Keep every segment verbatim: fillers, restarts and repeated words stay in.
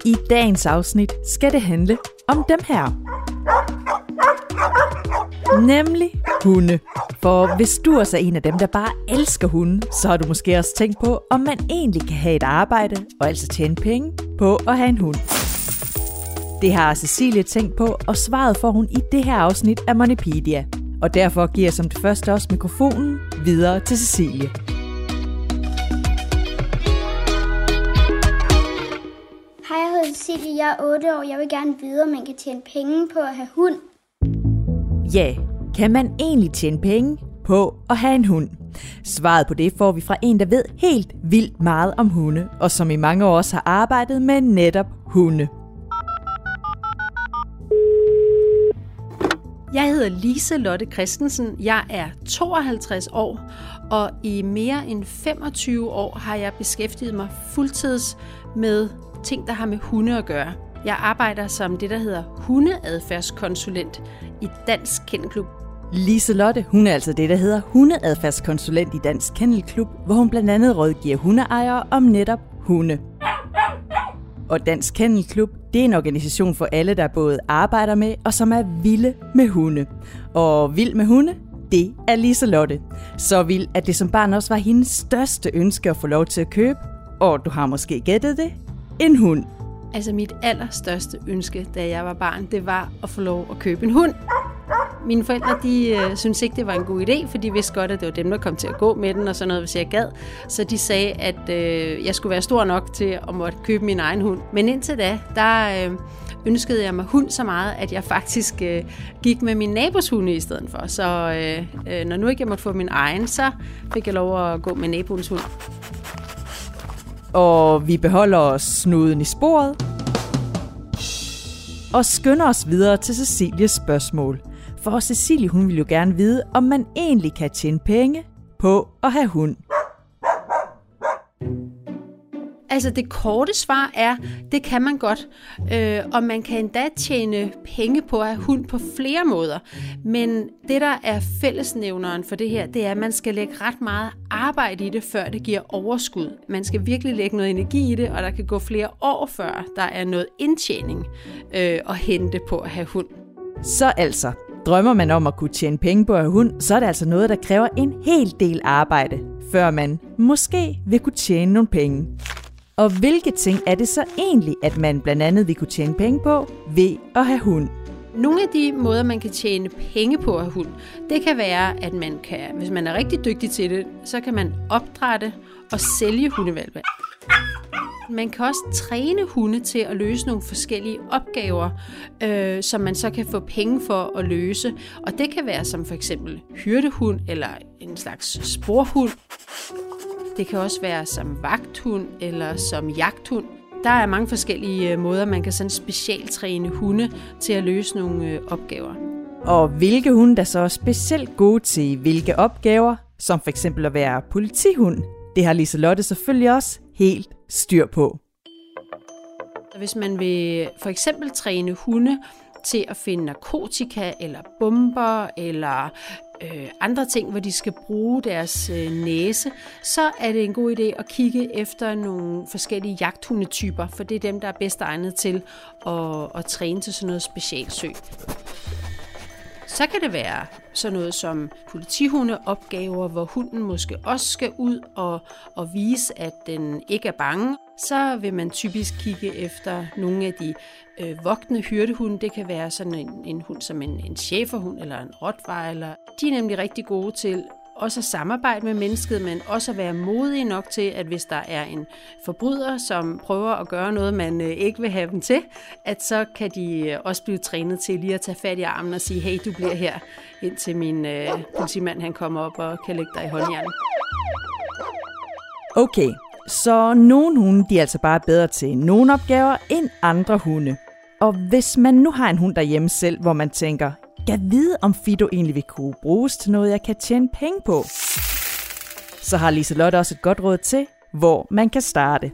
I dagens afsnit skal det handle om dem her. Nemlig hunde. For hvis du også er en af dem, der bare elsker hunde, så har du måske også tænkt på, om man egentlig kan have et arbejde og altså tjene penge på at have en hund. Det har Cecilie tænkt på, og svaret får hun i det her afsnit af Moneypedia. Og derfor giver jeg som det første også mikrofonen videre til Cecilie. Hej, jeg hedder Cecilie, jeg er otte år. Jeg vil gerne vide, om man kan tjene penge på at have hund. Ja, kan man egentlig tjene penge på at have en hund? Svaret på det får vi fra en, der ved helt vildt meget om hunde, og som i mange år også har arbejdet med netop hunde. Jeg hedder Lise-Lotte Christensen, jeg er tooghalvtreds år, og i mere end femogtyve år har jeg beskæftiget mig fuldtids med ting, der har med hunde at gøre. Jeg arbejder som det, der hedder hundeadfærdskonsulent i Dansk Kennelklub. Lise-Lotte, hun er altså det, der hedder hundeadfærdskonsulent i Dansk Kennelklub, hvor hun blandt andet rådgiver hundeejere om netop hunde. Og Dansk Kennelklub, det er en organisation for alle, der både arbejder med og som er vilde med hunde. Og vild med hunde, det er Lise-Lotte. Så vild, at det som barn også var hendes største ønske at få lov til at købe. Og du har måske gættet det, en hund. Altså mit allerstørste ønske, da jeg var barn, det var at få lov at købe en hund. Mine forældre, de øh, syntes ikke, det var en god idé, for de vidste godt, at det var dem, der kom til at gå med den og sådan noget, hvis jeg gad. Så de sagde, at øh, jeg skulle være stor nok til at måtte købe min egen hund. Men indtil da, der øh, ønskede jeg mig hund så meget, at jeg faktisk øh, gik med min nabos hunde i stedet for. Så øh, øh, når nu ikke jeg måtte få min egen, så fik jeg lov at gå med naboens hund. Og vi beholder os snuden i sporet og skynder os videre til Cecilies spørgsmål. For Cecilie, hun vil jo gerne vide, om man egentlig kan tjene penge på at have hund. Altså det korte svar er, det kan man godt, øh, og man kan endda tjene penge på at have hund på flere måder. Men det, der er fællesnævneren for det her, det er, at man skal lægge ret meget arbejde i det, før det giver overskud. Man skal virkelig lægge noget energi i det, og der kan gå flere år, før der er noget indtjening øh, at hente på at have hund. Så altså, drømmer man om at kunne tjene penge på at have hund, så er det altså noget, der kræver en hel del arbejde, før man måske vil kunne tjene nogle penge. Og hvilke ting er det så egentlig, at man blandt andet vil kunne tjene penge på ved at have hund? Nogle af de måder, man kan tjene penge på at have hund, det kan være, at man kan, hvis man er rigtig dygtig til det, så kan man opdrætte og sælge hundehvalpe. Man kan også træne hunde til at løse nogle forskellige opgaver, øh, som man så kan få penge for at løse. Og det kan være som for eksempel hyrdehund eller en slags sporhund. Det kan også være som vagthund eller som jagthund. Der er mange forskellige måder, man kan sådan specialtræne hunde til at løse nogle opgaver. Og hvilke hunde der så er specielt gode til hvilke opgaver, som for eksempel at være politihund, det har Lise-Lotte selvfølgelig også helt styr på. Hvis man vil for eksempel træne hunde til at finde narkotika eller bomber eller øh, andre ting, hvor de skal bruge deres øh, næse, så er det en god idé at kigge efter nogle forskellige jagthundetyper, for det er dem, der er bedst egnet til at, at træne til sådan noget specialsøg. Så kan det være sådan noget som politihundeopgaver, hvor hunden måske også skal ud og, og vise, at den ikke er bange. Så vil man typisk kigge efter nogle af de øh, vogtende hyrdehunde. Det kan være sådan en, en hund som en, en schæferhund eller en rottweiler. De er nemlig rigtig gode til også at samarbejde med mennesket, men også at være modige nok til, at hvis der er en forbryder, som prøver at gøre noget, man øh, ikke vil have dem til, at så kan de øh, også blive trænet til lige at tage fat i armen og sige, hey, du bliver her, indtil min øh, politimand han kommer op og kan lægge dig i håndjernet. Okay, så nogle hunde de er altså bare bedre til nogle opgaver end andre hunde. Og hvis man nu har en hund derhjemme selv, hvor man tænker, jeg ved om Fido egentlig vil kunne bruges til noget, jeg kan tjene penge på, så har Lise-Lotte også et godt råd til, hvor man kan starte.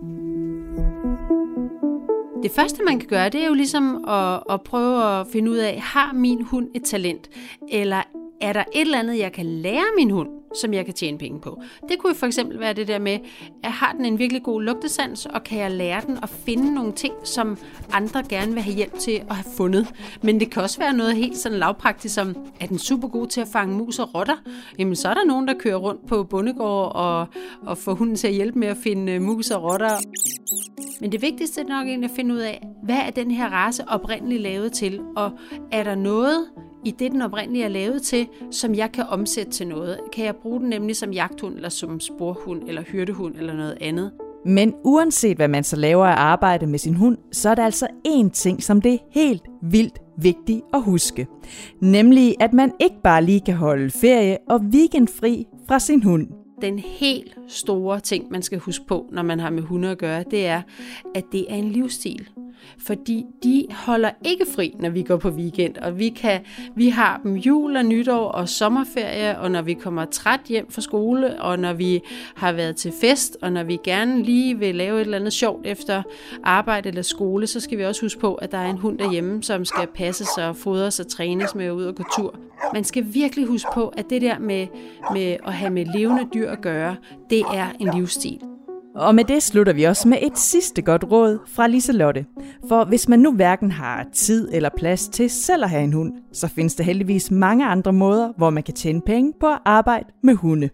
Det første, man kan gøre, det er jo ligesom at, at prøve at finde ud af, har min hund et talent? Eller er der et eller andet, jeg kan lære min hund, som jeg kan tjene penge på. Det kunne for eksempel være det der med, at har den en virkelig god lugtesans, og kan jeg lære den at finde nogle ting, som andre gerne vil have hjælp til at have fundet. Men det kan også være noget helt sådan lavpraktisk, som er den super god til at fange mus og rotter. Jamen så er der nogen, der kører rundt på bondegård og, og får hunden til at hjælpe med at finde mus og rotter. Men det vigtigste er nok egentlig at finde ud af, hvad er den her race oprindeligt lavet til, og er der noget i det, den oprindeligt er lavet til, som jeg kan omsætte til noget? Kan jeg bruge den nemlig som jagthund, eller som sporhund, eller hyrdehund, eller noget andet? Men uanset hvad man så laver af arbejde med sin hund, så er der altså én ting, som det er helt vildt vigtigt at huske. Nemlig, at man ikke bare lige kan holde ferie og weekendfri fra sin hund. Den helt store ting, man skal huske på, når man har med hunde at gøre, det er, at det er en livsstil. Fordi de holder ikke fri, når vi går på weekend, og vi, kan, vi har dem jul og nytår og sommerferie, og når vi kommer træt hjem fra skole, og når vi har været til fest, og når vi gerne lige vil lave et eller andet sjovt efter arbejde eller skole, så skal vi også huske på, at der er en hund derhjemme, som skal passes og fodres og trænes med at ud og gå tur. Man skal virkelig huske på, at det der med, med at have med levende dyr at gøre, det er en livsstil. Og med det slutter vi også med et sidste godt råd fra Liselotte. For hvis man nu hverken har tid eller plads til selv at have en hund, så findes der heldigvis mange andre måder, hvor man kan tjene penge på at arbejde med hunde.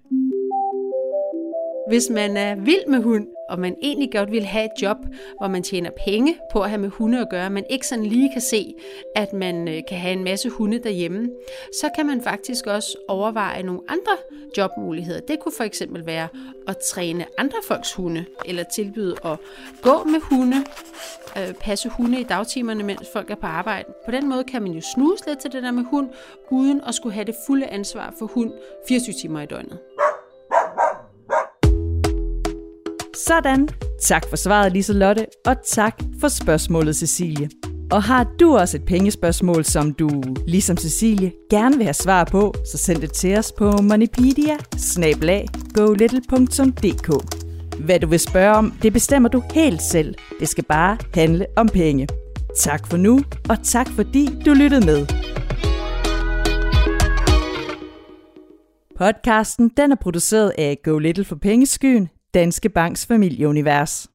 Hvis man er vild med hund, og man egentlig godt vil have et job, hvor man tjener penge på at have med hunde at gøre, men ikke sådan lige kan se, at man kan have en masse hunde derhjemme, så kan man faktisk også overveje nogle andre jobmuligheder. Det kunne for eksempel være at træne andre folks hunde, eller tilbyde at gå med hunde, øh, passe hunde i dagtimerne, mens folk er på arbejde. På den måde kan man jo snuse lidt til det der med hund, uden at skulle have det fulde ansvar for hund fireogtyve timer i døgnet. Sådan. Tak for svaret, Liselotte, og tak for spørgsmålet, Cecilie. Og har du også et pengespørgsmål, som du, ligesom Cecilie, gerne vil have svar på, så send det til os på moneypedia bindestreg go little punktum d k. Hvad du vil spørge om, det bestemmer du helt selv. Det skal bare handle om penge. Tak for nu, og tak fordi du lyttede med. Podcasten den er produceret af Go Little for Pengeskyen, Danske Banks familieunivers.